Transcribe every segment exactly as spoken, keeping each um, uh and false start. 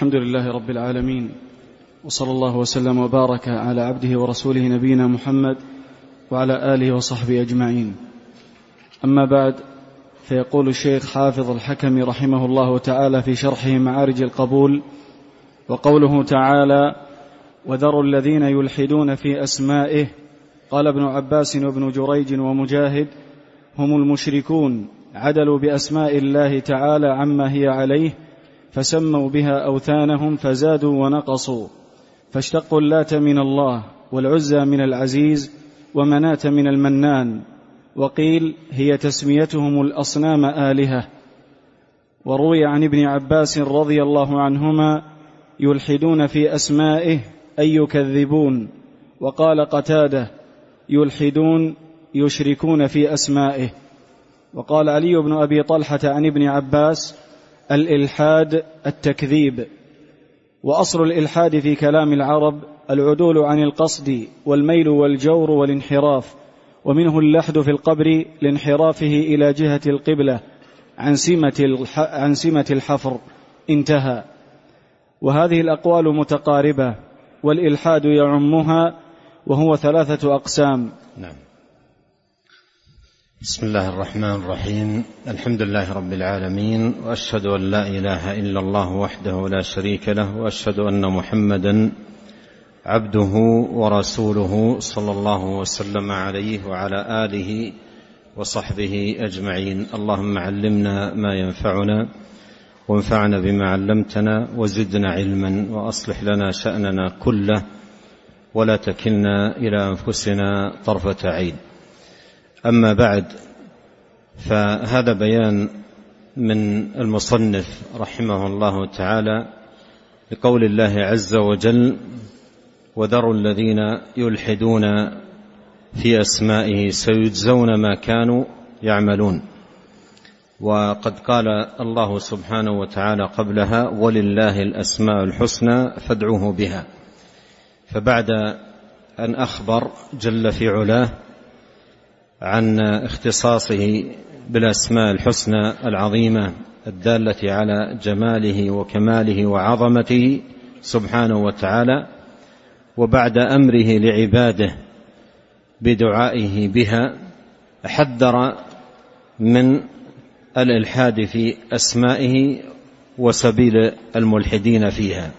الحمد لله رب العالمين، وصلى الله وسلم وبارك على عبده ورسوله نبينا محمد وعلى آله وصحبه أجمعين. أما بعد، فيقول الشيخ حافظ الحكم رحمه الله تعالى في شرحه معارج القبول: وقوله تعالى: وذروا الذين يلحدون في أسمائه. قال ابن عباس وابن جريج ومجاهد: هم المشركون عدلوا بأسماء الله تعالى عما هي عليه، فسموا بها أوثانهم فزادوا ونقصوا، فاشتقوا اللات من الله، والعزى من العزيز، ومناة من المنان. وقيل هي تسميتهم الأصنام آلهة. وروي عن ابن عباس رضي الله عنهما: يلحدون في أسمائه أي يكذبون. وقال قتادة: يلحدون يشركون في أسمائه. وقال علي بن أبي طلحة عن ابن عباس: الإلحاد التكذيب. وأصل الإلحاد في كلام العرب العدول عن القصد والميل والجور والانحراف، ومنه اللحد في القبر لانحرافه إلى جهة القبلة عن سمة عن سمة الحفر. انتهى. وهذه الأقوال متقاربة، والإلحاد يعمها، وهو ثلاثة أقسام. نعم. بسم الله الرحمن الرحيم. الحمد لله رب العالمين، وأشهد أن لا إله إلا الله وحده لا شريك له، وأشهد أن محمدا عبده ورسوله صلى الله وسلم عليه وعلى آله وصحبه أجمعين. اللهم علمنا ما ينفعنا، وانفعنا بما علمتنا، وزدنا علما، وأصلح لنا شأننا كله، ولا تكلنا إلى أنفسنا طرفة عين. أما بعد، فهذا بيان من المصنف رحمه الله تعالى لقول الله عز وجل: وذروا الذين يلحدون في أسمائه سيجزون ما كانوا يعملون. وقد قال الله سبحانه وتعالى قبلها: ولله الأسماء الحسنى فادعوه بها. فبعد أن أخبر جل في علاه عن اختصاصه بالأسماء الحسنى العظيمة الدالة على جماله وكماله وعظمته سبحانه وتعالى، وبعد أمره لعباده بدعائه بها، حذر من الإلحاد في أسمائه وسبيل الملحدين فيها.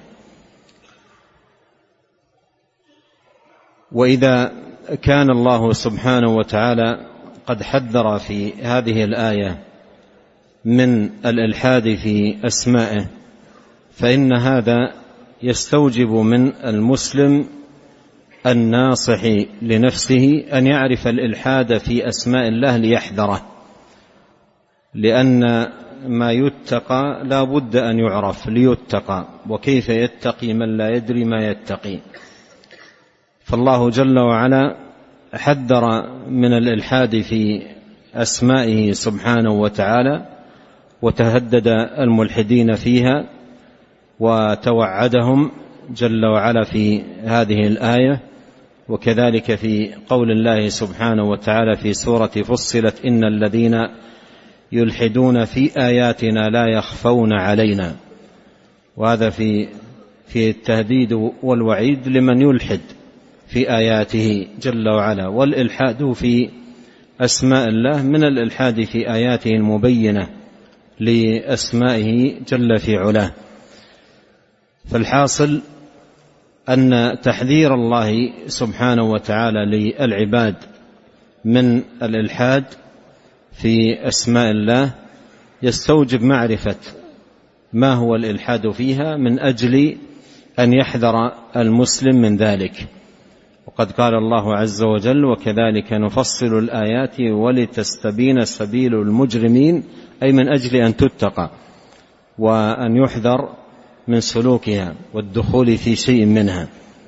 وإذا كان الله سبحانه وتعالى قد حذر في هذه الآية من الإلحاد في أسمائه، فإن هذا يستوجب من المسلم الناصح لنفسه أن يعرف الإلحاد في أسماء الله ليحذره، لأن ما يتقى لا بد أن يعرف ليتقى، وكيف يتقي من لا يدري ما يتقي. فالله جل وعلا حذر من الإلحاد في أسمائه سبحانه وتعالى، وتهدد الملحدين فيها، وتوعدهم جل وعلا في هذه الآية، وكذلك في قول الله سبحانه وتعالى في سورة فصلت: إن الذين يلحدون في آياتنا لا يخفون علينا. وهذا في في التهديد والوعيد لمن يلحد في آياته جل وعلا. والإلحاد في أسماء الله من الإلحاد في آياته المبينة لأسمائه جل في علاه. فالحاصل أن تحذير الله سبحانه وتعالى للعباد من الإلحاد في أسماء الله يستوجب معرفة ما هو الإلحاد فيها، من أجل أن يحذر المسلم من ذلك. وقد قال الله عز وجل: وكذلك نفصل الآيات ولتستبين سبيل المجرمين، أي من أجل أن تتقى وأن يحذر من سلوكها والدخول في شيء منها.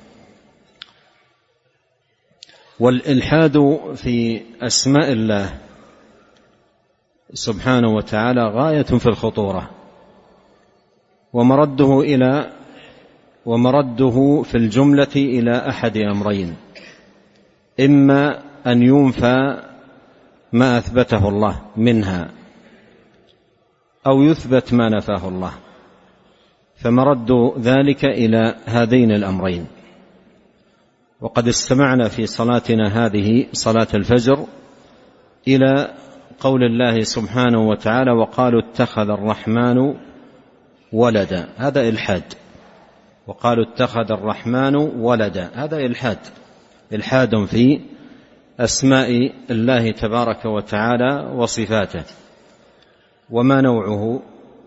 والإلحاد في أسماء الله سبحانه وتعالى غاية في الخطورة، ومرده إلى ومرده في الجملة إلى أحد أمرين: إما أن ينفى ما أثبته الله منها، أو يثبت ما نفاه الله. فمرد ذلك إلى هذين الأمرين. وقد استمعنا في صلاتنا هذه صلاة الفجر إلى قول الله سبحانه وتعالى: وقالوا اتخذ الرحمن ولدا. هذا إلحاد. وقالوا اتخذ الرحمن ولدا، هذا إلحاد، إلحاد في أسماء الله تبارك وتعالى وصفاته. وما نوعه؟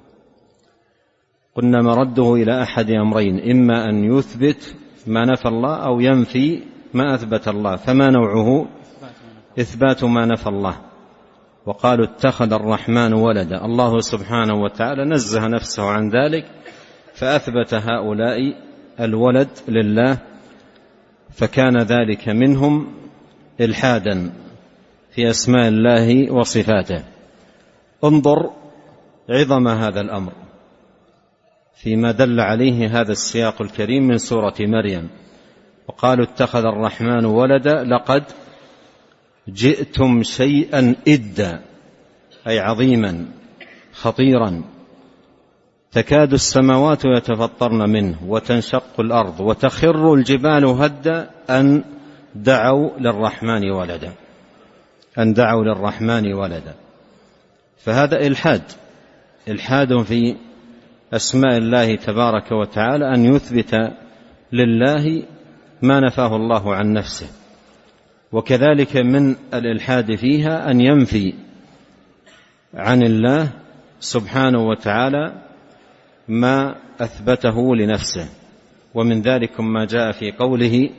قلنا مرده إلى أحد أمرين: إما أن يثبت ما نفى الله أو ينفي ما أثبت الله. فما نوعه؟ إثبات ما نفى الله. وقالوا اتخذ الرحمن ولدا، الله سبحانه وتعالى نزه نفسه عن ذلك فأثبت هؤلاء الولد لله، فكان ذلك منهم إلحادا في أسماء الله وصفاته. انظر عظم هذا الأمر فيما دل عليه هذا السياق الكريم من سورة مريم: وقالوا اتخذ الرحمن ولدا لقد جئتم شيئا إدا، أي عظيما خطيرا، تكاد السماوات يتفطرن منه وتنشق الأرض وتخر الجبال هدا أن دعوا للرحمن ولدا، أن دعوا للرحمن ولدا. فهذا إلحاد، إلحاد في أسماء الله تبارك وتعالى، أن يثبت لله ما نفاه الله عن نفسه. وكذلك من الإلحاد فيها أن ينفي عن الله سبحانه وتعالى ما أثبته لنفسه. ومن ذلك ما جاء في قوله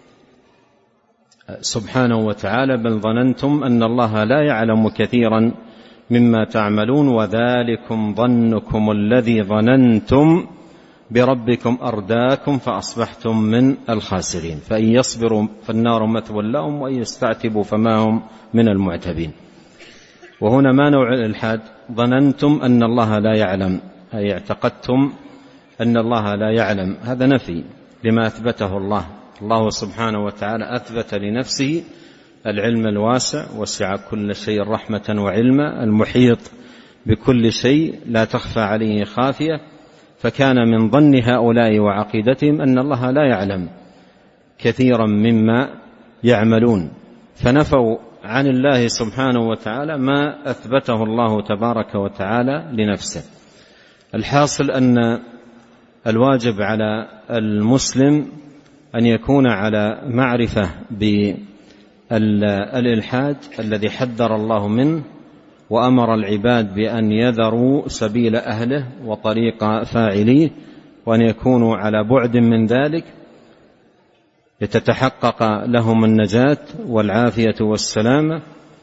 سبحانه وتعالى: بل ظننتم أن الله لا يعلم كثيرا مما تعملون وذلكم ظنكم الذي ظننتم بربكم أرداكم فأصبحتم من الخاسرين فإن يصبروا فالنار مثوى لهم وإن يستعتبوا فما هم من المعتبين. وهنا ما نوع الإلحاد؟ ظننتم أن الله لا يعلم، أي اعتقدتم أن الله لا يعلم، هذا نفي لما أثبته الله. الله سبحانه وتعالى أثبت لنفسه العلم الواسع، وسع كل شيء رحمة وعلما، المحيط بكل شيء لا تخفى عليه خافية. فكان من ظن هؤلاء وعقيدتهم أن الله لا يعلم كثيرا مما يعملون، فنفوا عن الله سبحانه وتعالى ما أثبته الله تبارك وتعالى لنفسه. الحاصل أن الواجب على المسلم أن يكون على معرفة بالإلحاد الذي حذر الله منه وأمر العباد بأن يذروا سبيل أهله وطريق فاعليه، وأن يكونوا على بعد من ذلك لتتحقق لهم النجاة والعافية والسلامة.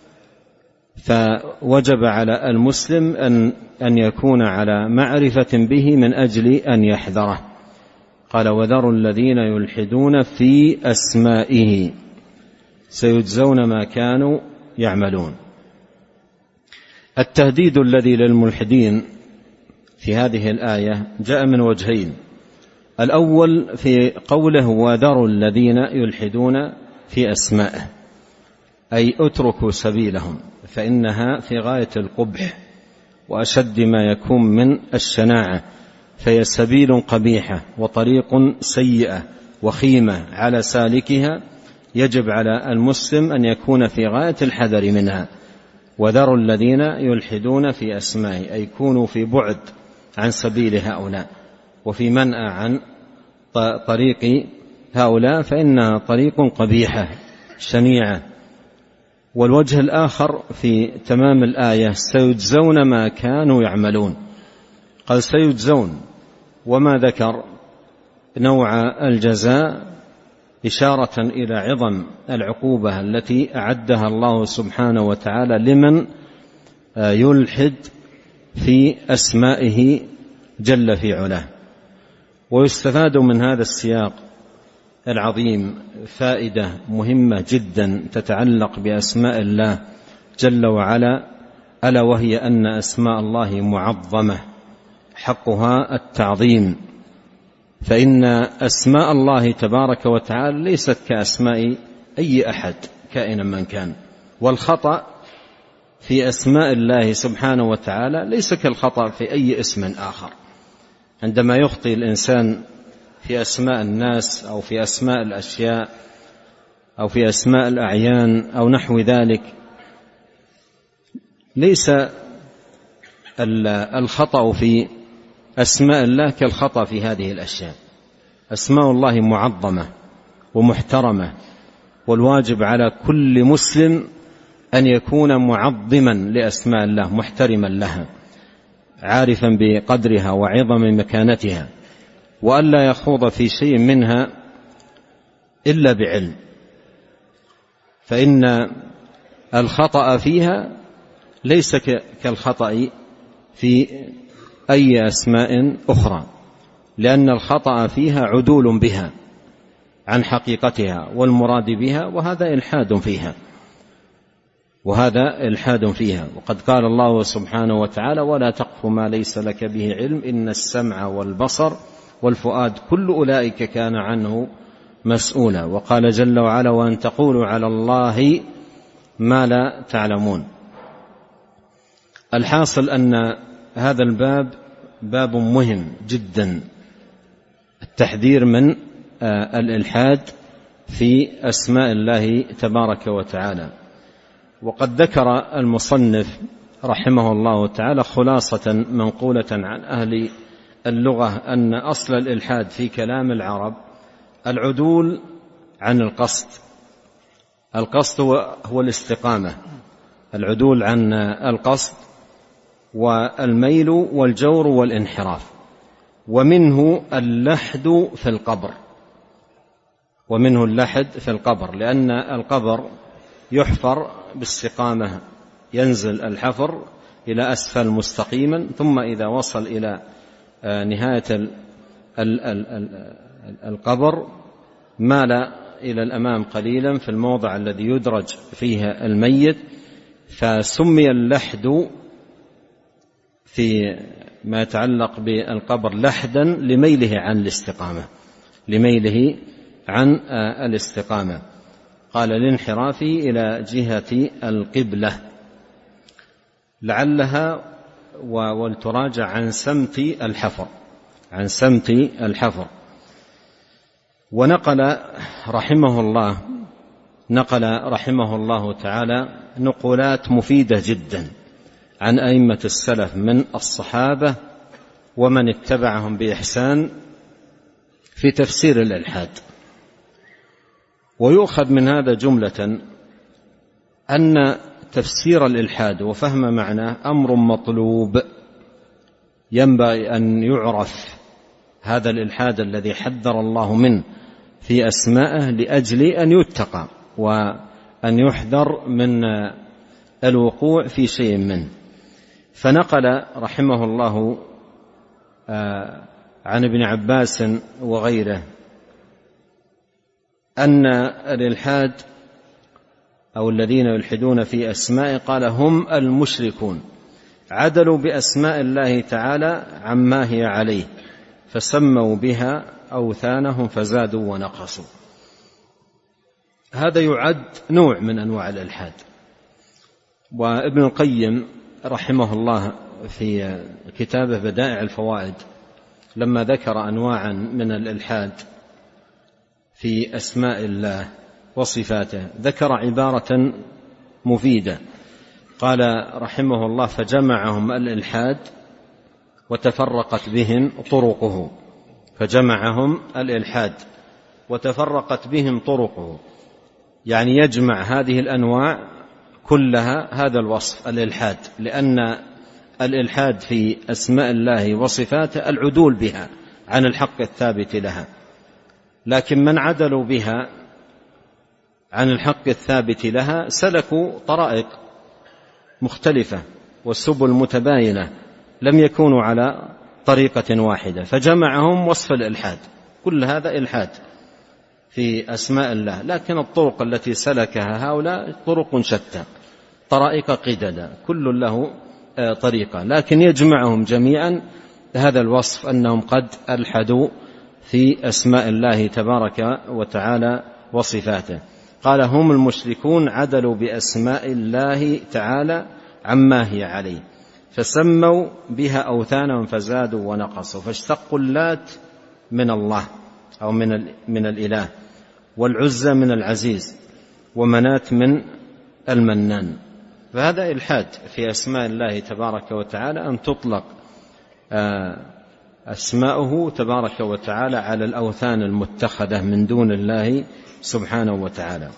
فوجب على المسلم أن, أن يكون على معرفة به من أجل أن يحذره. قال: وذروا الذين يلحدون في أسمائه سيجزون ما كانوا يعملون. التهديد الذي للملحدين في هذه الآية جاء من وجهين: الأول في قوله: وذروا الذين يلحدون في أسمائه، أي اتركوا سبيلهم، فإنها في غاية القبح وأشد ما يكون من الشناعة، فهي سبيل قبيحة وطريق سيئة وخيمة على سالكها، يجب على المسلم أن يكون في غاية الحذر منها. وذروا الذين يلحدون في أسمائه، أي كونوا في بعد عن سبيل هؤلاء وفي منأى عن طريق هؤلاء، فإنها طريق قبيحة شنيعة. والوجه الآخر في تمام الآية: سيجزون ما كانوا يعملون. قال سيجزون، وما ذكر نوع الجزاء إشارة إلى عظم العقوبة التي أعدها الله سبحانه وتعالى لمن يلحد في أسمائه جل في علاه. ويستفاد من هذا السياق العظيم فائدة مهمة جدا تتعلق بأسماء الله جل وعلا، ألا وهي أن أسماء الله معظمة حقها التعظيم، فإن أسماء الله تبارك وتعالى ليست كأسماء أي أحد كائنا من كان. والخطأ في أسماء الله سبحانه وتعالى ليس كالخطأ في أي اسم آخر، عندما يخطئ الإنسان في أسماء الناس أو في أسماء الأشياء أو في أسماء الأعيان أو نحو ذلك، ليس الخطأ في أسماء الله كالخطأ في هذه الأشياء. أسماء الله معظمة ومحترمة، والواجب على كل مسلم أن يكون معظما لأسماء الله، محترما لها، عارفا بقدرها وعظم مكانتها، وألا يخوض في شيء منها إلا بعلم، فإن الخطأ فيها ليس كالخطأ في أي أسماء أخرى، لأن الخطأ فيها عدول بها عن حقيقتها والمراد بها، وهذا إلحاد فيها وهذا إلحاد فيها. وقد قال الله سبحانه وتعالى: ولا تقف ما ليس لك به علم إن السمع والبصر والفؤاد كل أولئك كان عنه مسؤولا. وقال جل وعلا: وأن تقولوا على الله ما لا تعلمون. الحاصل أن هذا الباب باب مهم جدا، التحذير من الإلحاد في أسماء الله تبارك وتعالى. وقد ذكر المصنف رحمه الله تعالى خلاصة منقولة عن أهل اللغة أن أصل الإلحاد في كلام العرب العدول عن القصد. القصد هو الاستقامة، العدول عن القصد والميل والجور والانحراف. ومنه اللحد في القبر ومنه اللحد في القبر لأن القبر يحفر باستقامة، ينزل الحفر إلى أسفل مستقيما، ثم إذا وصل إلى نهاية القبر مال إلى الأمام قليلا في الموضع الذي يدرج فيه الميت، فسمي اللحد في ما يتعلق بالقبر لحدا لميله عن الاستقامة لميله عن الاستقامة قال الانحراف إلى جهة القبلة، لعلها ولتراجع عن سمت الحفر عن سمت الحفر. ونقل رحمه الله نقل رحمه الله تعالى نقولات مفيدة جدا عن أئمة السلف من الصحابة ومن اتبعهم بإحسان في تفسير الإلحاد. ويؤخذ من هذا جملة أن تفسير الإلحاد وفهم معناه أمر مطلوب، ينبغي أن يعرف هذا الإلحاد الذي حذر الله منه في أسمائه لأجل أن يتقى وأن يحذر من الوقوع في شيء منه. فنقل رحمه الله عن ابن عباس وغيره أن الإلحاد أو الذين يلحدون في أسماء قال هم المشركون عدلوا بأسماء الله تعالى عما هي عليه فسموا بها أوثانهم فزادوا ونقصوا. هذا يعد نوع من أنواع الإلحاد. وابن القيم رحمه الله في كتابه بدائع الفوائد لما ذكر أنواعا من الإلحاد في أسماء الله وصفاته ذكر عبارة مفيدة، قال رحمه الله فجمعهم الإلحاد وتفرقت بهم طرقه فجمعهم الإلحاد وتفرقت بهم طرقه، يعني يجمع هذه الأنواع كلها هذا الوصف الإلحاد، لأن الإلحاد في أسماء الله وصفاته العدول بها عن الحق الثابت لها، لكن من عدلوا بها عن الحق الثابت لها سلكوا طرائق مختلفة والسبل متباينة، لم يكونوا على طريقة واحدة، فجمعهم وصف الإلحاد. كل هذا إلحاد في أسماء الله، لكن الطرق التي سلكها هؤلاء طرق شتى، طرائق قددا، كل له طريقة، لكن يجمعهم جميعا هذا الوصف أنهم قد ألحدوا في أسماء الله تبارك وتعالى وصفاته. قال هم المشركون عدلوا بأسماء الله تعالى عما هي عليه فسموا بها أوثانا فزادوا ونقصوا، فاشتقوا اللات من الله أو من, من الإله، والعزى من العزيز، ومنات من المنان. فهذا إلحاد في أسماء الله تبارك وتعالى، أن تطلق أسماؤه تبارك وتعالى على الأوثان المتخذة من دون الله سبحانه وتعالى.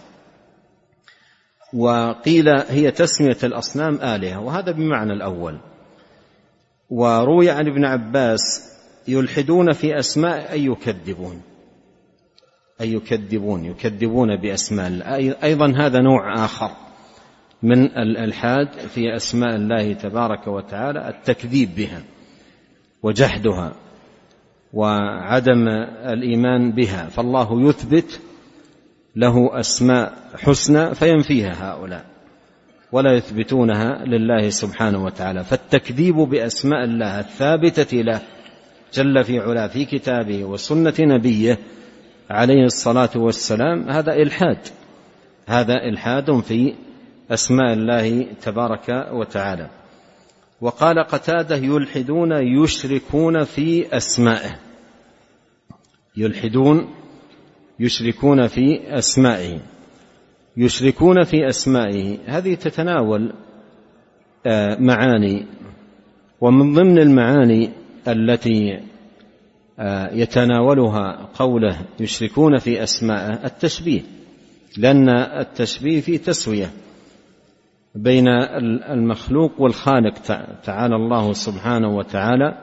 وقيل هي تسمية الأصنام آلهة، وهذا بمعنى الأول. وروي عن ابن عباس يلحدون في أسماء أي يكذبون أي يكذبون يكذبون بأسماء الله. أيضا هذا نوع آخر من الإلحاد في أسماء الله تبارك وتعالى، التكذيب بها وجحدها وعدم الإيمان بها. فالله يثبت له أسماء حسنى فينفيها هؤلاء ولا يثبتونها لله سبحانه وتعالى. فالتكذيب بأسماء الله الثابتة له جل في علا في كتابه وسنة نبيه عليه الصلاة والسلام هذا إلحاد، هذا إلحاد في أسماء الله تبارك وتعالى. وقال قتادة يلحدون يشركون في أسمائه، يلحدون يشركون في أسمائه. يشركون في أسمائه هذه تتناول معاني، ومن ضمن المعاني التي يتناولها قوله يشركون في أسمائه التشبيه، لأن التشبيه فيه تسوية بين المخلوق والخالق تعالى الله سبحانه وتعالى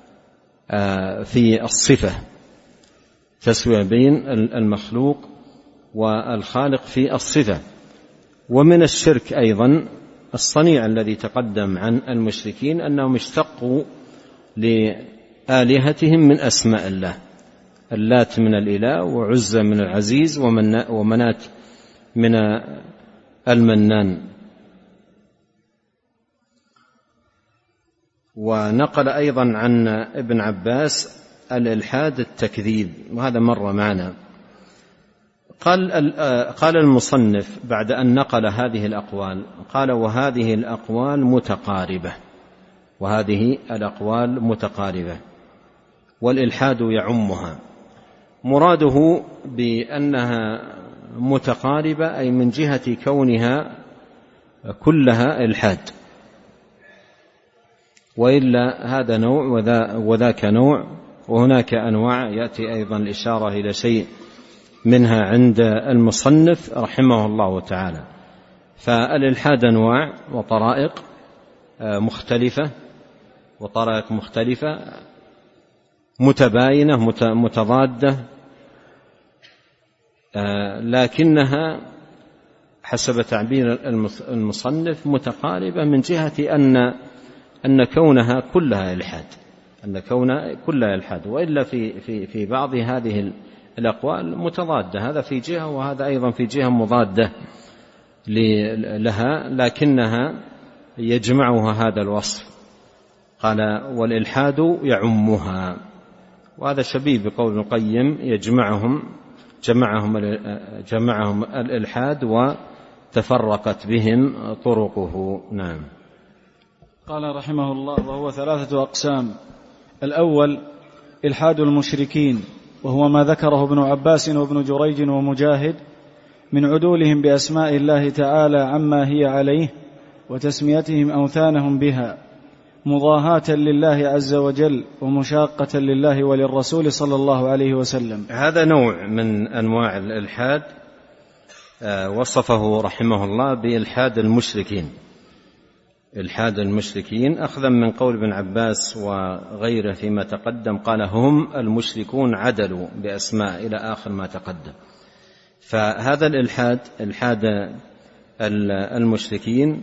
في الصفة، تسوية بين المخلوق والخالق في الصفة. ومن الشرك أيضا الصنيع الذي تقدم عن المشركين أنهم اشتقوا لآلهتهم من أسماء الله، اللات من الإله، وعزى من العزيز، ومنات من المنان. ونقل أيضا عن ابن عباس الإلحاد التكذيب، وهذا مر معنا. قال قال المصنف بعد أن نقل هذه الأقوال، قال وهذه الأقوال متقاربة، وهذه الأقوال متقاربة والإلحاد يعمها. مراده بأنها متقاربة أي من جهة كونها كلها إلحاد، وإلا هذا نوع وذاك نوع، وهناك أنواع يأتي أيضا الإشارة إلى شيء منها عند المصنف رحمه الله تعالى. فالإلحاد أنواع وطرائق مختلفة وطرائق مختلفة متباينة متضادة، لكنها حسب تعبير المصنف متقاربة من جهة أن أن كونها كلها إلحاد، أن كونها كلها إلحاد، وإلا في في في بعض هذه الأقوال متضادة، هذا في جهة وهذا أيضا في جهة مضادة لها، لكنها يجمعها هذا الوصف. قال والإلحاد يعمها، وهذا شبيه بقول ابن القيم يجمعهم جمعهم جمعهم الإلحاد وتفرقت بهم طرقه. نعم. قال رحمه الله وهو ثلاثة أقسام. الأول إلحاد المشركين، وهو ما ذكره ابن عباس وابن جريج ومجاهد من عدولهم بأسماء الله تعالى عما هي عليه وتسميتهم أوثانهم بها مضاهاة لله عز وجل ومشاقة لله وللرسول صلى الله عليه وسلم. هذا نوع من أنواع الإلحاد وصفه رحمه الله بإلحاد المشركين. إلحاد المشركين أخذا من قول ابن عباس وغيره فيما تقدم، قال هم المشركون عدلوا بأسماء إلى آخر ما تقدم. فهذا الإلحاد إلحاد المشركين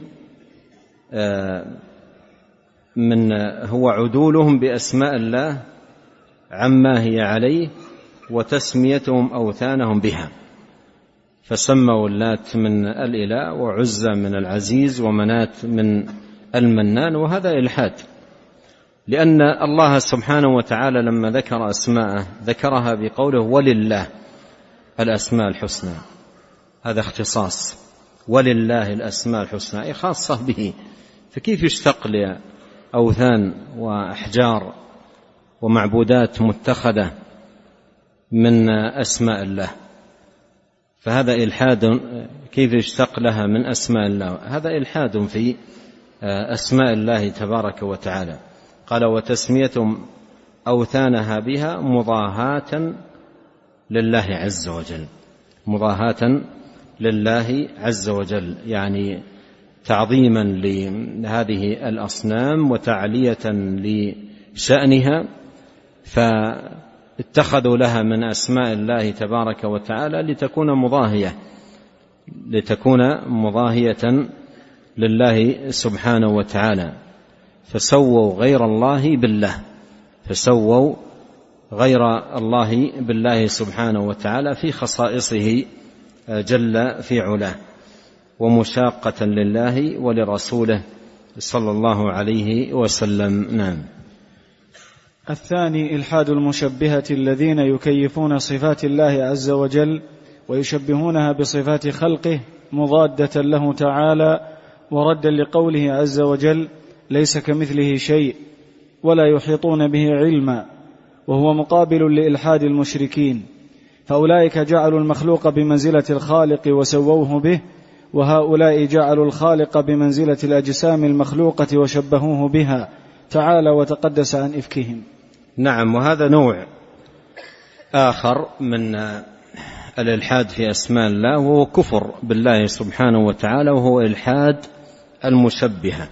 من هو عدولهم بأسماء الله عما هي عليه وتسميتهم أوثانهم بها، فسموا اللات من الإله وعزى من العزيز ومنات من المنان، وهذا إلحاد، لأن الله سبحانه وتعالى لما ذكر أسماءه ذكرها بقوله ولله الأسماء الحسنى، هذا اختصاص، ولله الأسماء الحسنى أي خاصة به، فكيف يشتق أوثان وأحجار ومعبودات متخذة من أسماء الله، فهذا إلحاد. كيف يشتق لها من أسماء الله؟ هذا إلحاد في أسماء الله تبارك وتعالى. قال وتسميتهم أوثانها بها مضاهاة لله عز وجل، مضاهاة لله عز وجل، يعني تعظيما لهذه الأصنام وتعلية لشأنها، فاتخذوا لها من أسماء الله تبارك وتعالى لتكون مضاهية لتكون مضاهية لله سبحانه وتعالى، فسووا غير الله بالله فسووا غير الله بالله سبحانه وتعالى في خصائصه جل في علاه، ومشاقة لله ولرسوله صلى الله عليه وسلم. نعم. الثاني إلحاد المشبهة الذين يكيفون صفات الله عز وجل ويشبهونها بصفات خلقه مضادة له تعالى، وردا لقوله عز وجل ليس كمثله شيء ولا يحيطون به علما، وهو مقابل لإلحاد المشركين، فأولئك جعلوا المخلوق بمنزلة الخالق وسووه به، وهؤلاء جعلوا الخالق بمنزلة الأجسام المخلوقة وشبهوه بها تعالى وتقدس عن إفكهم. نعم. وهذا نوع آخر من الإلحاد في أسماء الله، وهو كفر بالله سبحانه وتعالى، وهو إلحاد المشبهة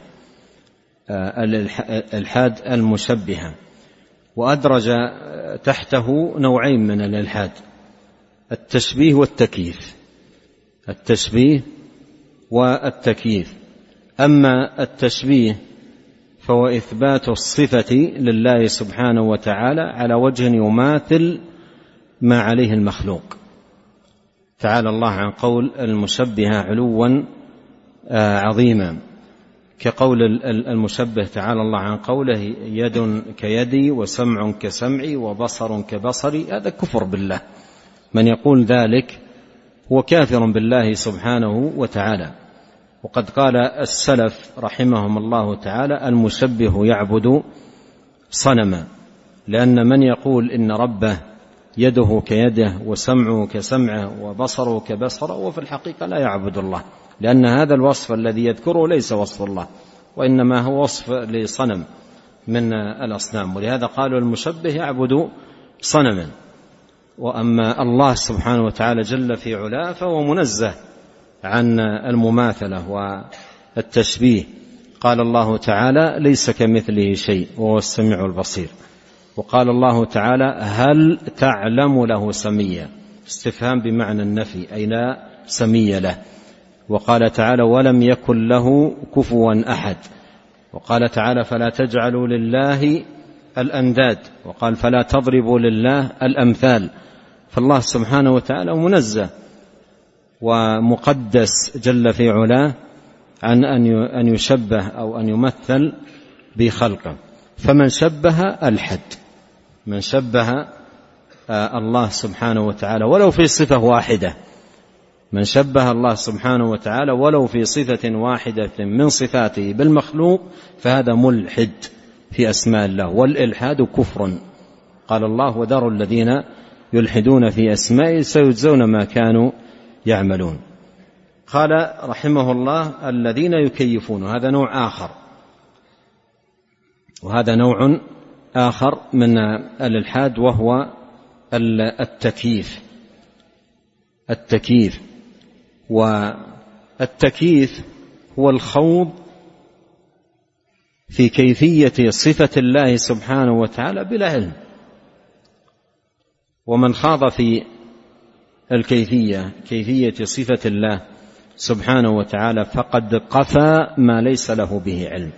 الإلحاد المشبهة وأدرج تحته نوعين من الإلحاد: التشبيه والتكييف التشبيه والتكييف. أما التشبيه فهو إثبات الصفة لله سبحانه وتعالى على وجه يماثل ما عليه المخلوق. تعالى الله عن قول المشبهة علوا عظيما، كقول المشبه تعالى الله عن قوله يد كيدي وسمع كسمعي وبصر كبصري. هذا كفر بالله، من يقول ذلك هو كافر بالله سبحانه وتعالى. وقد قال السلف رحمهم الله تعالى المشبه يعبد صنما، لأن من يقول إن ربه يده كيده وسمعه كسمعه وبصره كبصره وفي الحقيقة لا يعبد الله، لأن هذا الوصف الذي يذكره ليس وصف الله، وإنما هو وصف لصنم من الأصنام. ولهذا قالوا المشبه يعبد صنما. وأما الله سبحانه وتعالى جل في علاه فهو منزه عن المماثلة والتشبيه. قال الله تعالى ليس كمثله شيء وهو السميع البصير. وقال الله تعالى هل تعلم له سميا، استفهام بمعنى النفي، أي لا سمي له. وقال تعالى ولم يكن له كفوا أحد. وقال تعالى فلا تجعلوا لله الأنداد. وقال فلا تضربوا لله الأمثال. فالله سبحانه وتعالى منزه ومقدس جل في علاه عن أن يشبه أو أن يمثل بخلقه. فمن شبه الحد، من شبه الله سبحانه وتعالى ولو في صفة واحدة، من شبه الله سبحانه وتعالى ولو في صفة واحدة من صفاته بالمخلوق فهذا ملحد في أسماء الله، والإلحاد كفر. قال الله وذروا الذين يلحدون في أسمائه سيجزون ما كانوا يعملون. قال رحمه الله الذين يكيفون، هذا نوع آخر، وهذا نوع آخر من الإلحاد وهو التكييف. التكييف والتكييف هو الخوض في كيفية صفة الله سبحانه وتعالى بلا علم. ومن خاض في الكيفية كيفية صفة الله سبحانه وتعالى فقد قفى ما ليس له به علم.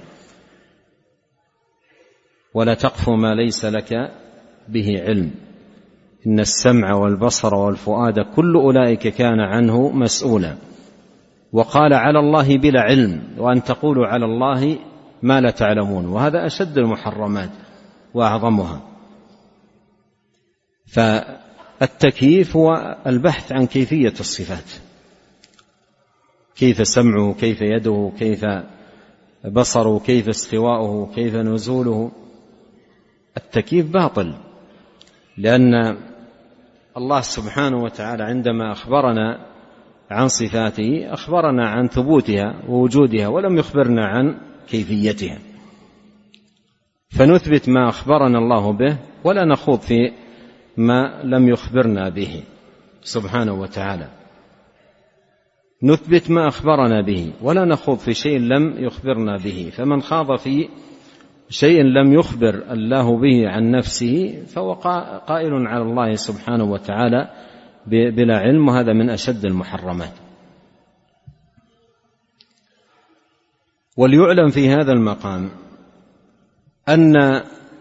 ولا تقف ما ليس لك به علم، إن السمع والبصر والفؤاد كل أولئك كان عنه مسؤولا. وقال على الله بلا علم، وأن تقولوا على الله ما لا تعلمون، وهذا أشد المحرمات وأعظمها. فالتكييف هو البحث عن كيفية الصفات، كيف سمعه، كيف يده، كيف بصره، كيف استواؤه، كيف نزوله. التكييف باطل، لأن الله سبحانه وتعالى عندما أخبرنا عن صفاته أخبرنا عن ثبوتها ووجودها، ولم يخبرنا عن كيفيتها، فنثبت ما أخبرنا الله به ولا نخوض في ما لم يخبرنا به سبحانه وتعالى. نثبت ما أخبرنا به ولا نخوض في شيء لم يخبرنا به. فمن خاض في شيء لم يخبر الله به عن نفسه فهو قائل على الله سبحانه وتعالى بلا علم، وهذا من أشد المحرمات. وليعلم في هذا المقام أن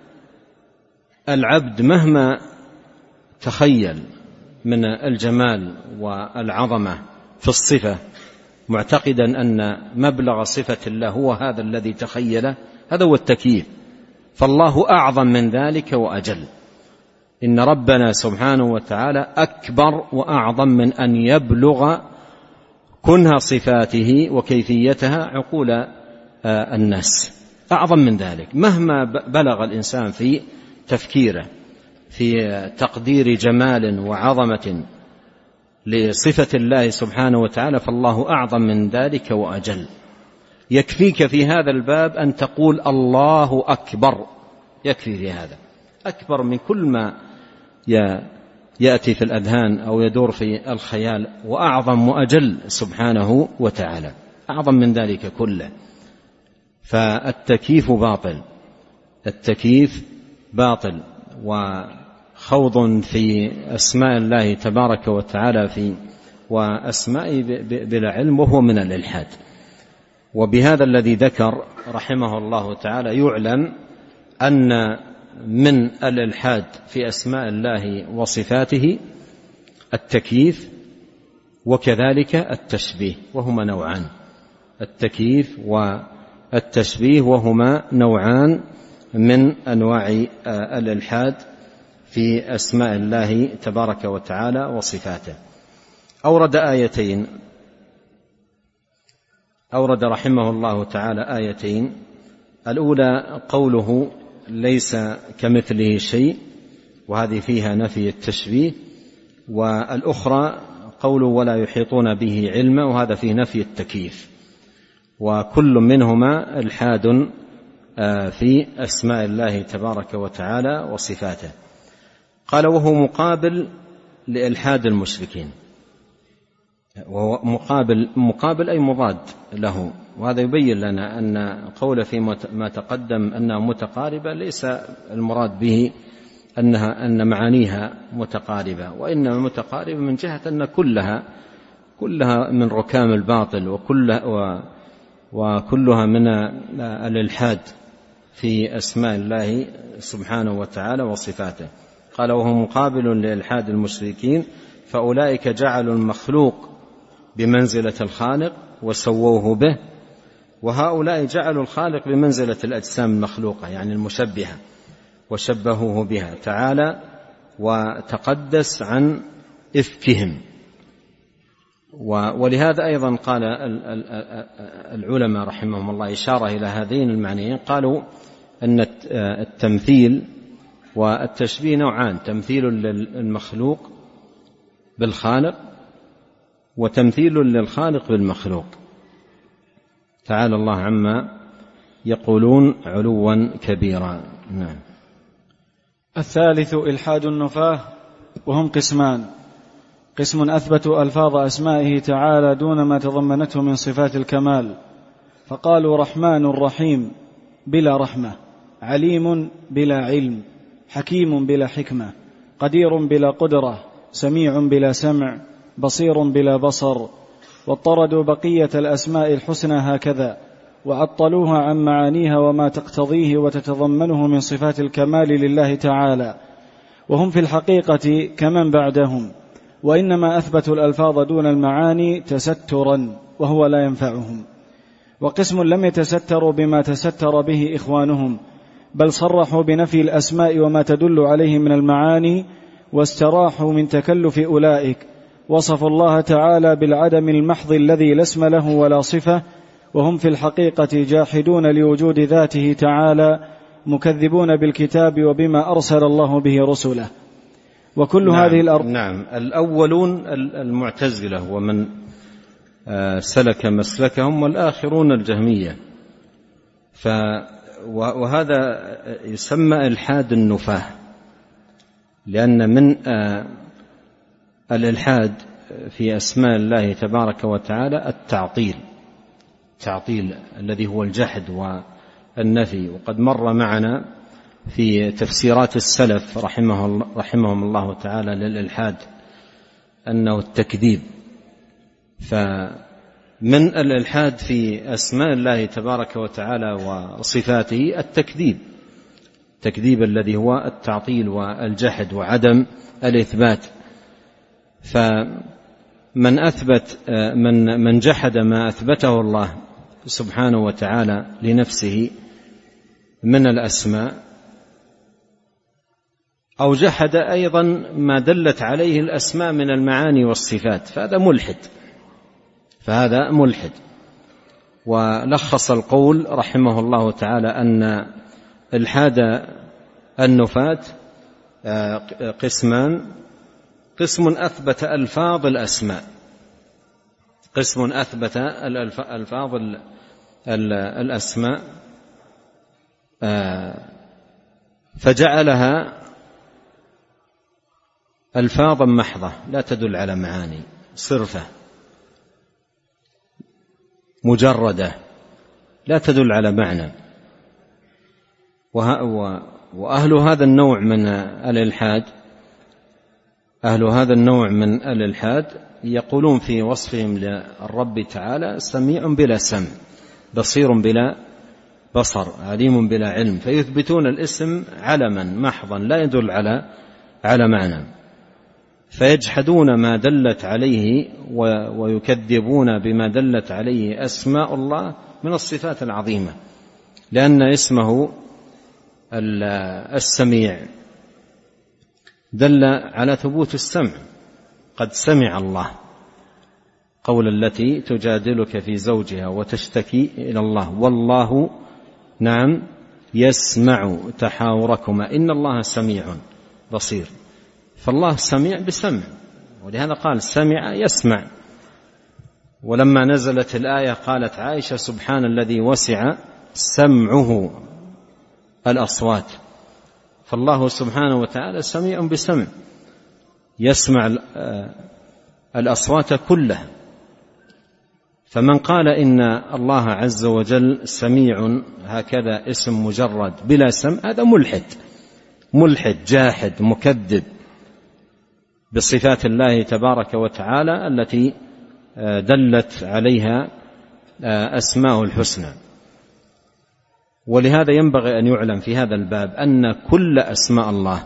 العبد مهما تخيل من الجمال والعظمة في الصفة، معتقدا أن مبلغ صفة الله هو هذا الذي تخيله، هذا هو التكييف. فالله أعظم من ذلك وأجل. إن ربنا سبحانه وتعالى أكبر وأعظم من أن يبلغ كنها صفاته وكيفيتها عقول الناس، أعظم من ذلك. مهما بلغ الإنسان في تفكيره في تقدير جمال وعظمة لصفة الله سبحانه وتعالى، فالله أعظم من ذلك وأجل. يكفيك في هذا الباب أن تقول الله أكبر، يكفي في هذا، أكبر من كل ما يأتي في الأذهان أو يدور في الخيال، وأعظم وأجل سبحانه وتعالى، أعظم من ذلك كله. فالتكييف باطل، التكييف باطل وخوض في أسماء الله تبارك وتعالى في وأسمائه بلا علم، وهو من الإلحاد. وبهذا الذي ذكر رحمه الله تعالى يعلم أن من الإلحاد في أسماء الله وصفاته التكييف، وكذلك التشبيه، وهما نوعان، التكييف والتشبيه وهما نوعان من أنواع الإلحاد في أسماء الله تبارك وتعالى وصفاته. أورد آيتين، أورد رحمه الله تعالى آيتين. الأولى قوله ليس كمثله شيء، وهذه فيها نفي التشبيه، والأخرى قوله ولا يحيطون به علما، وهذا فيه نفي التكييف، وكل منهما إلحاد في أسماء الله تبارك وتعالى وصفاته. قال وهو مقابل لإلحاد المشركين، وهو مقابل مقابل أي مضاد له. وهذا يبين لنا أن قول في ما تقدم أنها متقاربة ليس المراد به أنها أن معانيها متقاربة، وإنما متقاربة من جهة أن كلها كلها من ركام الباطل، وكلها وكلها من الإلحاد في أسماء الله سبحانه وتعالى وصفاته. قال وهو مقابل لإلحاد المشركين، فأولئك جعلوا المخلوق بمنزلة الخالق وسووه به، وهؤلاء جعلوا الخالق بمنزلة الأجسام المخلوقة، يعني المشبهة، وشبهوه بها تعالى وتقدس عن إفكهم. ولهذا أيضا قال العلماء رحمهم الله إشارة إلى هذين المعنيين، قالوا أن التمثيل والتشبيه نوعان، تمثيل للمخلوق بالخالق، وتمثيل للخالق بالمخلوق، تعالى الله عما يقولون علوا كبيرا. نعم. الثالث إلحاد النفاة، وهم قسمان: قسم أثبتوا ألفاظ أسمائه تعالى دون ما تضمنته من صفات الكمال، فقالوا رحمن رحيم بلا رحمة، عليم بلا علم، حكيم بلا حكمة، قدير بلا قدرة، سميع بلا سمع، بصير بلا بصر. واضطردوا بقية الأسماء الحسنى هكذا، وعطلوها عن معانيها وما تقتضيه وتتضمنه من صفات الكمال لله تعالى، وهم في الحقيقة كمن بعدهم، وإنما أثبتوا الألفاظ دون المعاني تسترا، وهو لا ينفعهم. وقسم لم يتستروا بما تستر به إخوانهم، بل صرحوا بنفي الأسماء وما تدل عليه من المعاني، واستراحوا من تكلف أولئك، وصفوا الله تعالى بالعدم المحض الذي لا اسم له ولا صفة، وهم في الحقيقة جاحدون لوجود ذاته تعالى مكذبون بالكتاب وبما أرسل الله به رسله. وكل نعم هذه الأرض نعم الأولون المعتزلة ومن سلك مسلكهم، والآخرون الجهمية. ف وهذا يسمى إلحاد النفاة، لأن من الإلحاد في أسماء الله تبارك وتعالى التعطيل، التعطيل الذي هو الجحد والنفي. وقد مر معنا في تفسيرات السلف رحمه رحمهم الله تعالى للإلحاد أنه التكذيب. فمن الإلحاد في أسماء الله تبارك وتعالى وصفاته التكذيب، التكذيب الذي هو التعطيل والجحد وعدم الإثبات. فمن أثبت من من جحد ما أثبته الله سبحانه وتعالى لنفسه من الأسماء، أو جحد أيضا ما دلت عليه الأسماء من المعاني والصفات، فهذا ملحد فهذا ملحد. ولخص القول رحمه الله تعالى أن إلحاد النفاة قسمان: قسم أثبت ألفاظ الأسماء، قسم أثبت ألفاظ الأسماء فجعلها ألفاظا محضة لا تدل على معاني، صرفة مجردة لا تدل على معنى. وأهل هذا النوع من الإلحاد أهل هذا النوع من الإلحاد يقولون في وصفهم للرب تعالى: سميع بلا سمع، بصير بلا بصر، عليم بلا علم. فيثبتون الاسم علما محضا لا يدل على على معنى، فيجحدون ما دلت عليه ويكذبون بما دلت عليه أسماء الله من الصفات العظيمة، لأن اسمه السميع دل على ثبوت السمع. قد سمع الله قول التي تجادلك في زوجها وتشتكي إلى الله، والله نعم يسمع تحاوركما إن الله سميع بصير. فالله سميع بسمع، ولهذا قال سمع يسمع. ولما نزلت الآية قالت عائشة: سبحان الذي وسع سمعه الأصوات. فالله سبحانه وتعالى سميع بسمع، يسمع الأصوات كلها. فمن قال إن الله عز وجل سميع هكذا اسم مجرد بلا سمع، هذا ملحد ملحد جاحد مكذب بصفات الله تبارك وتعالى التي دلت عليها أسماء الحسنى. ولهذا ينبغي أن يعلم في هذا الباب أن كل أسماء الله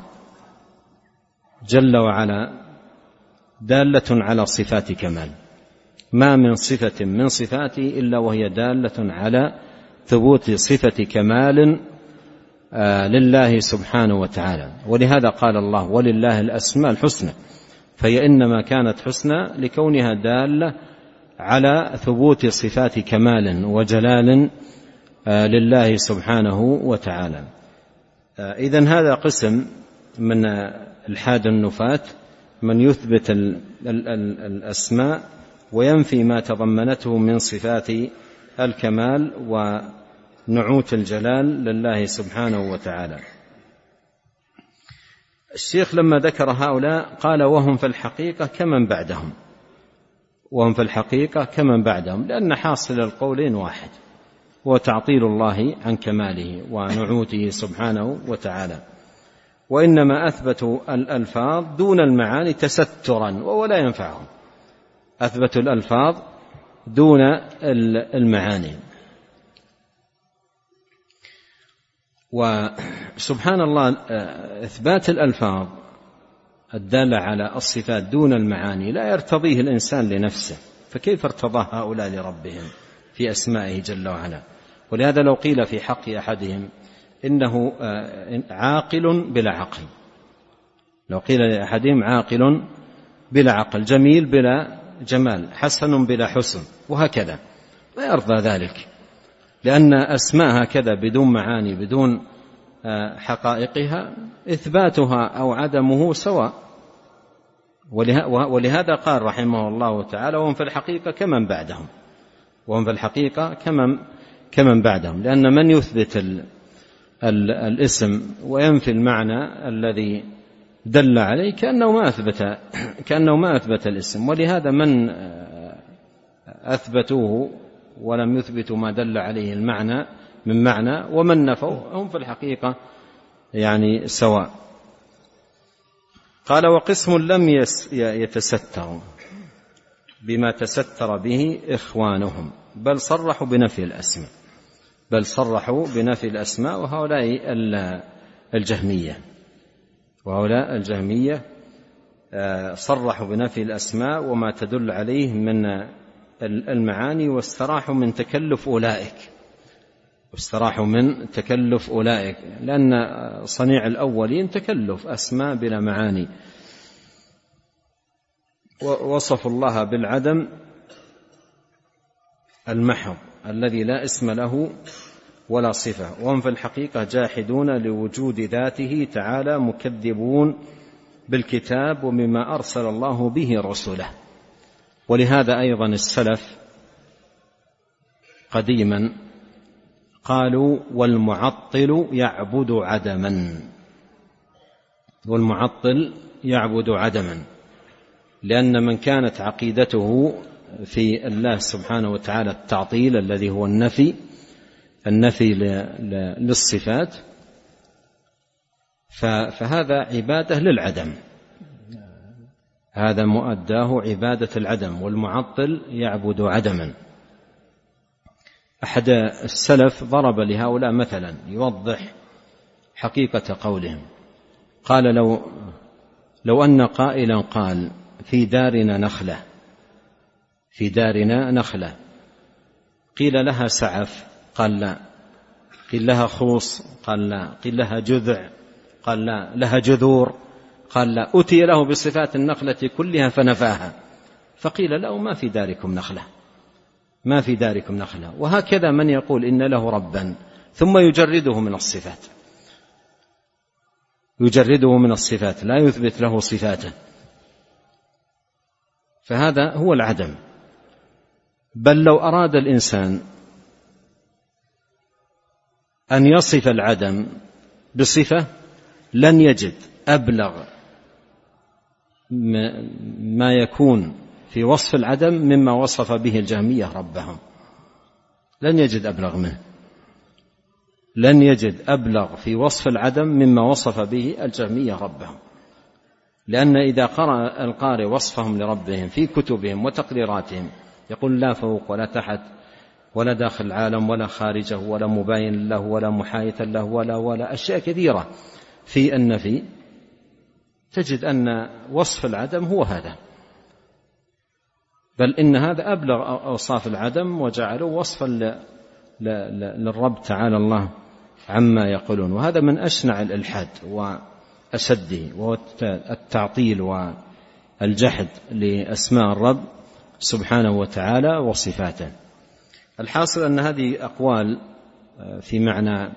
جل وعلا دالة على صفات كمال، ما من صفة من صفاته إلا وهي دالة على ثبوت صفة كمال لله سبحانه وتعالى. ولهذا قال الله: ولله الأسماء الحسنى، فهي إنما كانت حسنى لكونها دالة على ثبوت صفات كمال وجلال لله سبحانه وتعالى. إذن هذا قسم من إلحاد النفاة، من يثبت الأسماء وينفي ما تضمنته من صفات الكمال ونعوت الجلال لله سبحانه وتعالى. الشيخ لما ذكر هؤلاء قال: وهم في الحقيقة كمن بعدهم، وهم في الحقيقة كمن بعدهم، لأن حاصل القولين واحد، وتعطيل الله عن كماله ونعوته سبحانه وتعالى. وإنما أثبتوا الألفاظ دون المعاني تسترا، وهو لا ينفعهم. أثبتوا الألفاظ دون المعاني. وسبحان الله، إثبات الألفاظ الدالة على الصفات دون المعاني لا يرتضيه الإنسان لنفسه، فكيف ارتضاه هؤلاء لربهم في أسمائه جل وعلا؟ ولهذا لو قيل في حق أحدهم إنه عاقل بلا عقل، لو قيل لأحدهم عاقل بلا عقل، جميل بلا جمال، حسن بلا حسن، وهكذا، لا يرضى ذلك، لأن أسماء هكذا بدون معاني بدون حقائقها إثباتها أو عدمه سواء. ولهذا قال رحمه الله تعالى: وهم في الحقيقة كمن بعدهم، وهم في الحقيقة كمن كمن بعدهم، لأن من يثبت ال ال الاسم وينفي المعنى الذي دل عليه كأنه ما أثبت كأنه ما أثبت الاسم. ولهذا من أثبتوه ولم يثبتوا ما دل عليه المعنى من معنى، ومن نفوا هم في الحقيقة يعني سواء. قال: وقسم لم يتستروا بما تستر به إخوانهم، بل صرحوا بنفي الأسماء بل صرحوا بنفي الأسماء وهؤلاء الجهمية وهؤلاء الجهمية صرحوا بنفي الأسماء وما تدل عليه من المعاني، واستراحوا من تكلف أولئك واستراحوا من تكلف أولئك لأن صنيع الأولين تكلف أسماء بلا معاني. ووصفوا الله بالعدم المحض الذي لا اسم له ولا صفة، وهم في الحقيقة جاحدون لوجود ذاته تعالى، مكذبون بالكتاب ومما أرسل الله به رسوله. ولهذا أيضا السلف قديما قالوا: والمعطل يعبد عدما والمعطل يعبد عدما لأن من كانت عقيدته في الله سبحانه وتعالى التعطيل الذي هو النفي النفي للصفات، فهذا عبادة للعدم، هذا مؤداه عبادة العدم، والمعطل يعبد عدما. أحد السلف ضرب لهؤلاء مثلا يوضح حقيقة قولهم، قال: لو لو أن قائلا قال: في دارنا نخلة في دارنا نخلة قيل لها سعف، قال لا. قيل لها خوص، قال لا. قيل لها جذع، قال لا. لها جذور، قال لا. أتي له بصفات النخلة كلها فنفاها، فقيل له: ما في داركم نخلة ما في داركم نخلة. وهكذا من يقول إن له ربا ثم يجرده من الصفات يجرده من الصفات لا يثبت له صفاته، فهذا هو العدم. بل لو أراد الإنسان أن يصف العدم بصفة لن يجد أبلغ ما يكون في وصف العدم مما وصف به الجهمية ربهم، لن يجد أبلغ منه لن يجد أبلغ في وصف العدم مما وصف به الجهمية ربهم. لأن إذا قرأ القارئ وصفهم لربهم في كتبهم وتقريراتهم يقول: لا فوق ولا تحت ولا داخل العالم ولا خارجه ولا مباين له ولا محايثا له ولا ولا أشياء كثيرة في النفي، تجد أن وصف العدم هو هذا، بل إن هذا أبلغ أوصاف العدم وجعله وصفا للرب تعالى الله عما يقولون. وهذا من أشنع الإلحاد وأشده، وهو التعطيل والجحد لأسماء الرب سبحانه وتعالى وصفاته. الحاصل أن هذه أقوال في معنى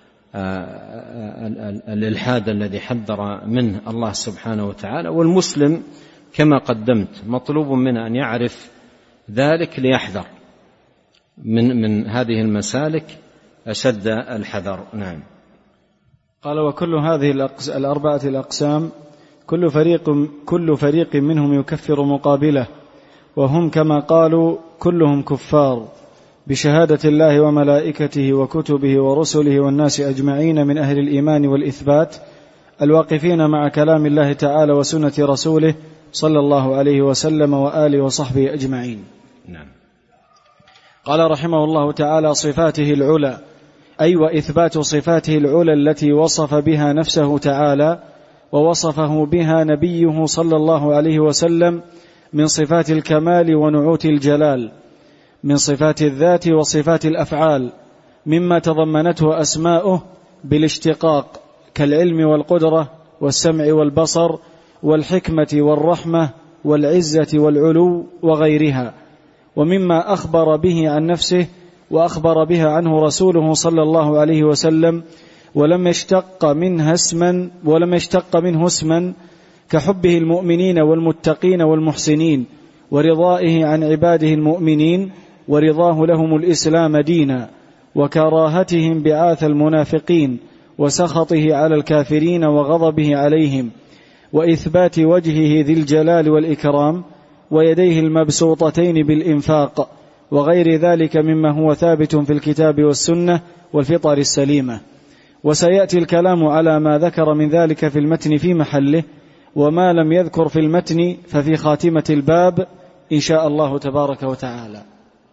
الإلحاد الذي حذر منه الله سبحانه وتعالى، والمسلم كما قدمت مطلوب منه أن يعرف ذلك ليحذر من من هذه المسالك أشد الحذر. نعم. قال: وكل هذه الأربعة الأقسام كل فريق كل فريق منهم يكفر مقابله، وهم كما قالوا كلهم كفار بشهادة الله وملائكته وكتبه ورسله والناس أجمعين من أهل الإيمان والإثبات الواقفين مع كلام الله تعالى وسنة رسوله صلى الله عليه وسلم وآله وصحبه أجمعين. نعم. قال رحمه الله تعالى: صفاته العلى، أي وإثبات صفاته العلى التي وصف بها نفسه تعالى ووصفه بها نبيه صلى الله عليه وسلم من صفات الكمال ونعوت الجلال، من صفات الذات وصفات الأفعال، مما تضمنته أسماؤه بالاشتقاق كالعلم والقدرة والسمع والبصر والحكمة والرحمة والعزة والعلو وغيرها، ومما أخبر به عن نفسه وأخبر بها عنه رسوله صلى الله عليه وسلم، ولم يشتق منها اسما ولم يشتق منه اسما كحبه المؤمنين والمتقين والمحسنين، ورضائه عن عباده المؤمنين، ورضاه لهم الإسلام دينا، وكراهتهم بعاث المنافقين، وسخطه على الكافرين وغضبه عليهم، وإثبات وجهه ذي الجلال والإكرام، ويديه المبسوطتين بالإنفاق، وغير ذلك مما هو ثابت في الكتاب والسنة والفطر السليمة. وسيأتي الكلام على ما ذكر من ذلك في المتن في محله، وما لم يذكر في المتن ففي خاتمة الباب إن شاء الله تبارك وتعالى.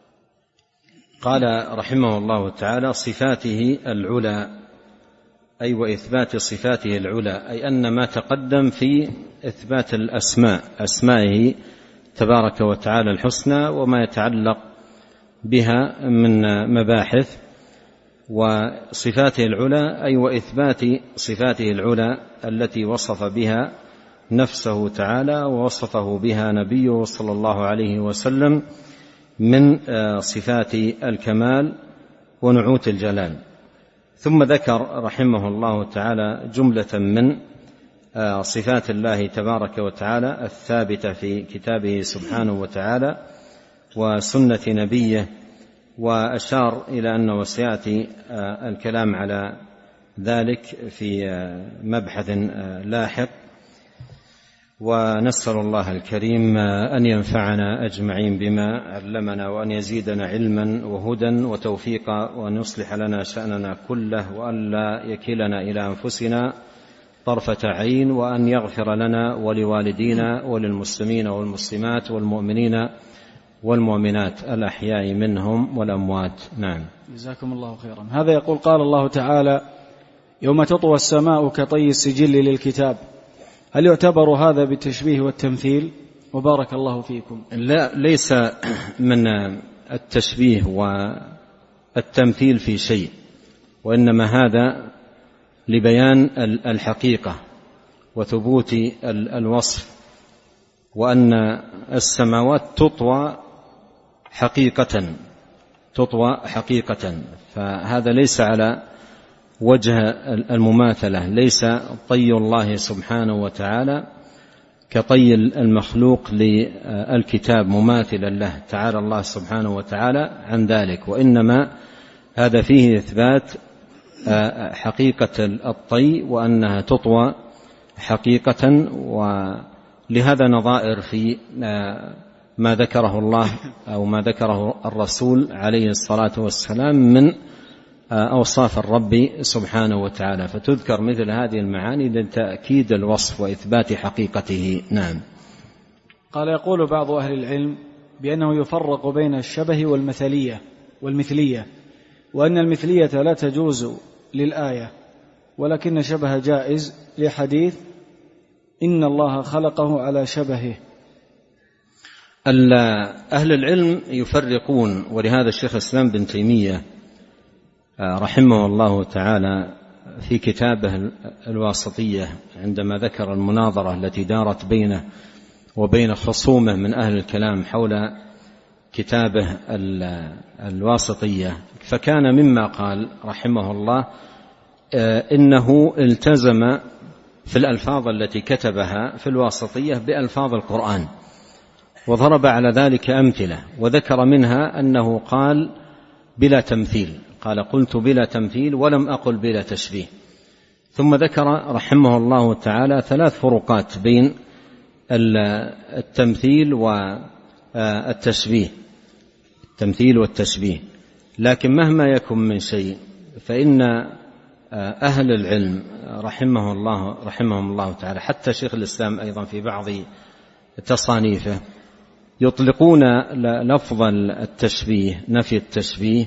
قال رحمه الله تعالى: صفاته العلى، أي وإثبات صفاته العلى، أي أن ما تقدم في إثبات الأسماء، أسمائه تبارك وتعالى الحسنى وما يتعلق بها من مباحث، وصفاته العلى أي وإثبات صفاته العلى التي وصف بها نفسه تعالى ووصفه بها نبيه صلى الله عليه وسلم من صفات الكمال ونعوت الجلال. ثم ذكر رحمه الله تعالى جملة من صفات الله تبارك وتعالى الثابتة في كتابه سبحانه وتعالى وسنة نبيه، وأشار إلى أنه سيأتي الكلام على ذلك في مبحث لاحق. ونسأل الله الكريم أن ينفعنا أجمعين بما علمنا، وأن يزيدنا علما وهدى وتوفيقا، وأن يصلح لنا شأننا كله، وأن لا يكلنا إلى أنفسنا طرفة عين، وأن يغفر لنا ولوالدينا وللمسلمين والمسلمات والمؤمنين والمؤمنات الأحياء منهم والأموات. نعم. جزاكم الله خيرا. هذا يقول: قال الله تعالى: يوم تطوى السماء كطي السجل للكتاب. هل يعتبر هذا بالتشبيه والتمثيل؟ وبارك الله فيكم. لا، ليس من التشبيه والتمثيل في شيء، وإنما هذا لبيان الحقيقة وثبوت الوصف، وأن السماوات تطوى حقيقة تطوى حقيقة فهذا ليس على وجه المماثلة، ليس طي الله سبحانه وتعالى كطي المخلوق للكتاب مماثلا له تعالى الله سبحانه وتعالى عن ذلك، وإنما هذا فيه إثبات حقيقة الطي وأنها تطوى حقيقة. ولهذا نظائر في ما ذكره الله أو ما ذكره الرسول عليه الصلاة والسلام من أوصاف الرب سبحانه وتعالى، فتذكر مثل هذه المعاني لتأكيد الوصف وإثبات حقيقته. نعم. قال: يقول بعض أهل العلم بأنه يفرق بين الشبه والمثلية والمثلية، وأن المثلية لا تجوز للآية، ولكن الشبه جائز لحديث إن الله خلقه على شبهه. أهل العلم يفرقون، ولهذا الشيخ الإسلام بن تيمية رحمه الله تعالى في كتابه الواسطية عندما ذكر المناظرة التي دارت بينه وبين خصومه من أهل الكلام حول كتابه الواسطية، فكان مما قال رحمه الله إنه التزم في الألفاظ التي كتبها في الواسطية بألفاظ القرآن، وضرب على ذلك أمثلة، وذكر منها أنه قال بلا تمثيل، قال: قلت بلا تمثيل ولم أقل بلا تشبيه. ثم ذكر رحمه الله تعالى ثلاث فروقات بين التمثيل والتشبيه، التمثيل والتشبيه. لكن مهما يكن من شيء فإن أهل العلم رحمه الله رحمهم الله تعالى، حتى شيخ الإسلام أيضا في بعض تصانيفه، يطلقون لفظ التشبيه نفي التشبيه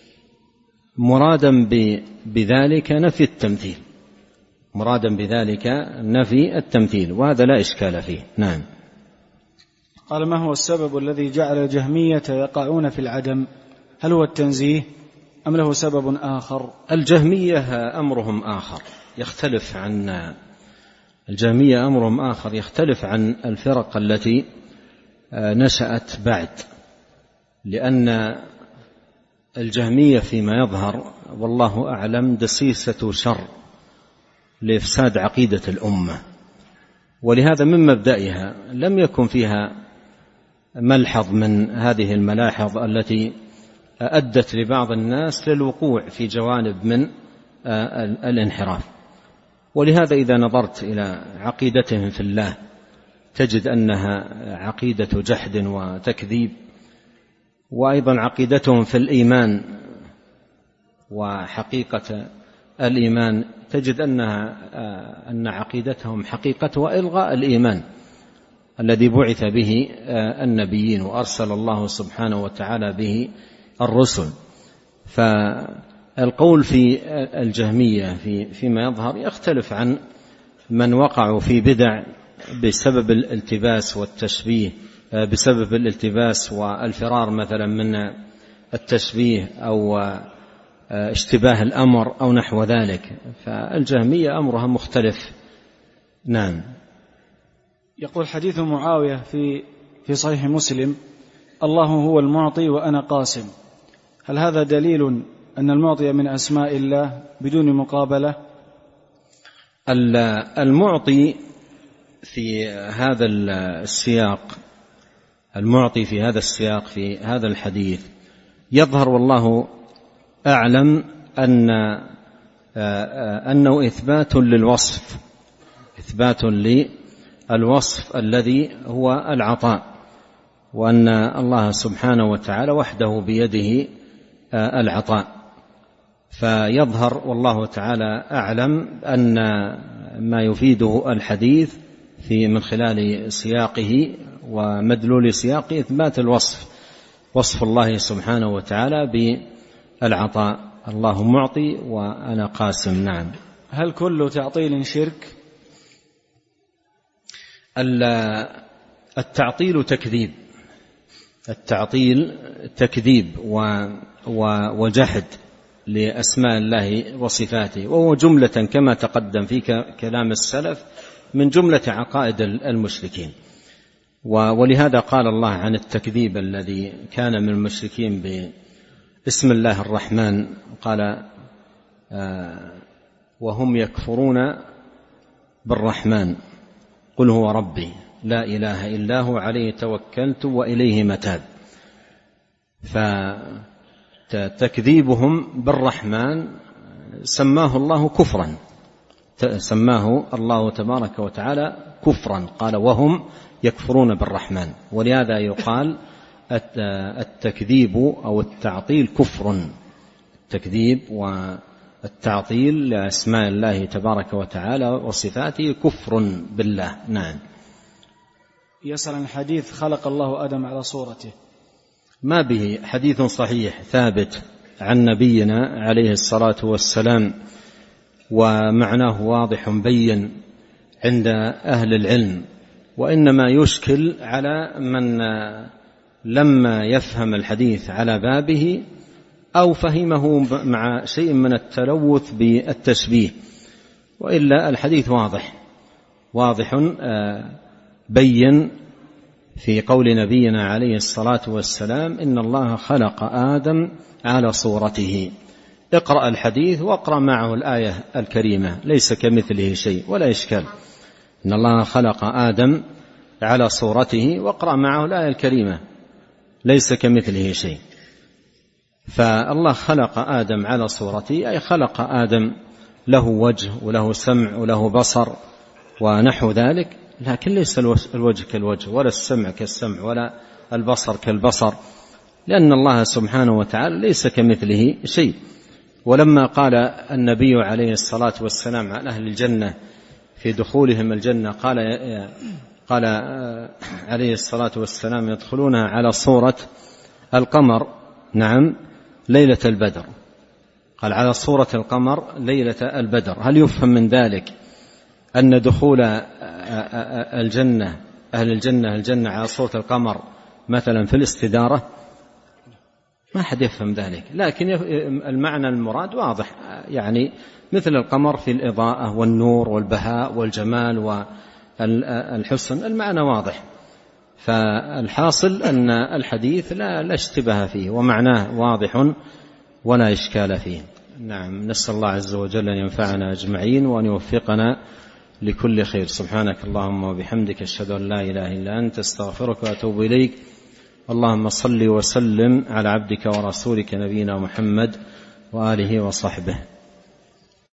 مرادا بذلك نفي التمثيل، مرادا بذلك نفي التمثيل، وهذا لا إشكال فيه. نعم. قال: ما هو السبب الذي جعل الجهمية يقعون في العدم؟ هل هو التنزيه أم له سبب آخر؟ الجهمية أمرهم آخر يختلف عن الجهمية أمرهم آخر يختلف عن الفرق التي نشأت بعد. لأن الجهمية فيما يظهر والله أعلم دسيسة شر لإفساد عقيدة الأمة، ولهذا من مبدئها لم يكن فيها ملحظ من هذه الملاحظ التي أدت لبعض الناس للوقوع في جوانب من الانحراف. ولهذا إذا نظرت إلى عقيدتهم في الله تجد أنها عقيدة جحد وتكذيب، وأيضا عقيدتهم في الإيمان وحقيقة الإيمان تجد أنها أن عقيدتهم حقيقة وإلغاء الإيمان الذي بعث به النبيين وأرسل الله سبحانه وتعالى به الرسل. فالقول في الجهمية في فيما يظهر يختلف عن من وقعوا في بدع بسبب الالتباس والتشبيه، بسبب الالتباس والفرار مثلا من التشبيه أو اشتباه الأمر أو نحو ذلك. فالجهمية أمرها مختلف. نعم. يقول حديث معاوية في في صحيح مسلم: الله هو المعطي وأنا قاسم، هل هذا دليل أن المعطي من أسماء الله بدون مقابلة؟ المعطي في هذا السياق المعطي في هذا السياق في هذا الحديث يظهر والله أعلم أن أنه إثبات للوصف إثبات للوصف الذي هو العطاء، وأن الله سبحانه وتعالى وحده بيده العطاء. فيظهر والله تعالى أعلم أن ما يفيده الحديث في من خلال سياقه ومدلول سياقه إثبات الوصف، وصف الله سبحانه وتعالى بالعطاء: الله معطي وأنا قاسم. نعم. هل كل تعطيل شرك؟ التعطيل تكذيب التعطيل تكذيب وجحد لأسماء الله وصفاته، وهو جملة كما تقدم في كلام السلف من جملة عقائد المشركين. ولهذا قال الله عن التكذيب الذي كان من المشركين باسم الله الرحمن، قال: وهم يكفرون بالرحمن قل هو ربي لا إله إلا هو عليه توكلت وإليه متاب. فتكذيبهم بالرحمن سماه الله كفرا، سماه الله تبارك وتعالى كفرا، قال: وهم يكفرون بالرحمن. ولهذا يقال التكذيب أو التعطيل كفر، التكذيب والتعطيل لأسماء الله تبارك وتعالى وصفاته كفر بالله. نعم. يسأل عن حديث خلق الله آدم على صورته، ما به حديث صحيح ثابت عن نبينا عليه الصلاة والسلام، ومعناه واضح بين عند أهل العلم، وإنما يشكل على من لما يفهم الحديث على بابه أو فهمه مع شيء من التلوث بالتشبيه، وإلا الحديث واضح واضح بين في قول نبينا عليه الصلاة والسلام: إن الله خلق آدم على صورته. اقرأ الحديث واقرأ معه الآية الكريمة: ليس كمثله شيء، ولا إشكال. إن الله خلق آدم على صورته، واقرأ معه الآية الكريمة: ليس كمثله شيء. فالله خلق آدم على صورته، أي خلق آدم له وجه وله سمع وله بصر ونحو ذلك، لكن ليس الوجه كالوجه ولا السمع كالسمع ولا البصر كالبصر، لأن الله سبحانه وتعالى ليس كمثله شيء. ولما قال النبي عليه الصلاة والسلام عن أهل الجنة في دخولهم الجنة قال قال عليه الصلاة والسلام: يدخلونها على صورة القمر نعم ليلة البدر. قال: على صورة القمر ليلة البدر. هل يفهم من ذلك أن دخول الجنة أهل الجنة الجنة على صورة القمر مثلا في الاستدارة؟ ما حد يفهم ذلك، لكن المعنى المراد واضح، يعني مثل القمر في الإضاءة والنور والبهاء والجمال والحسن، المعنى واضح. فالحاصل أن الحديث لا, لا اشتبه فيه ومعناه واضح ولا إشكال فيه. نعم، نسأل الله عز وجل أن ينفعنا أجمعين وأن يوفقنا لكل خير. سبحانك اللهم وبحمدك، أشهد أن لا إله إلا أنت، استغفرك وأتوب إليك. اللهم صل وسلم على عبدك ورسولك نبينا محمد وآله وصحبه.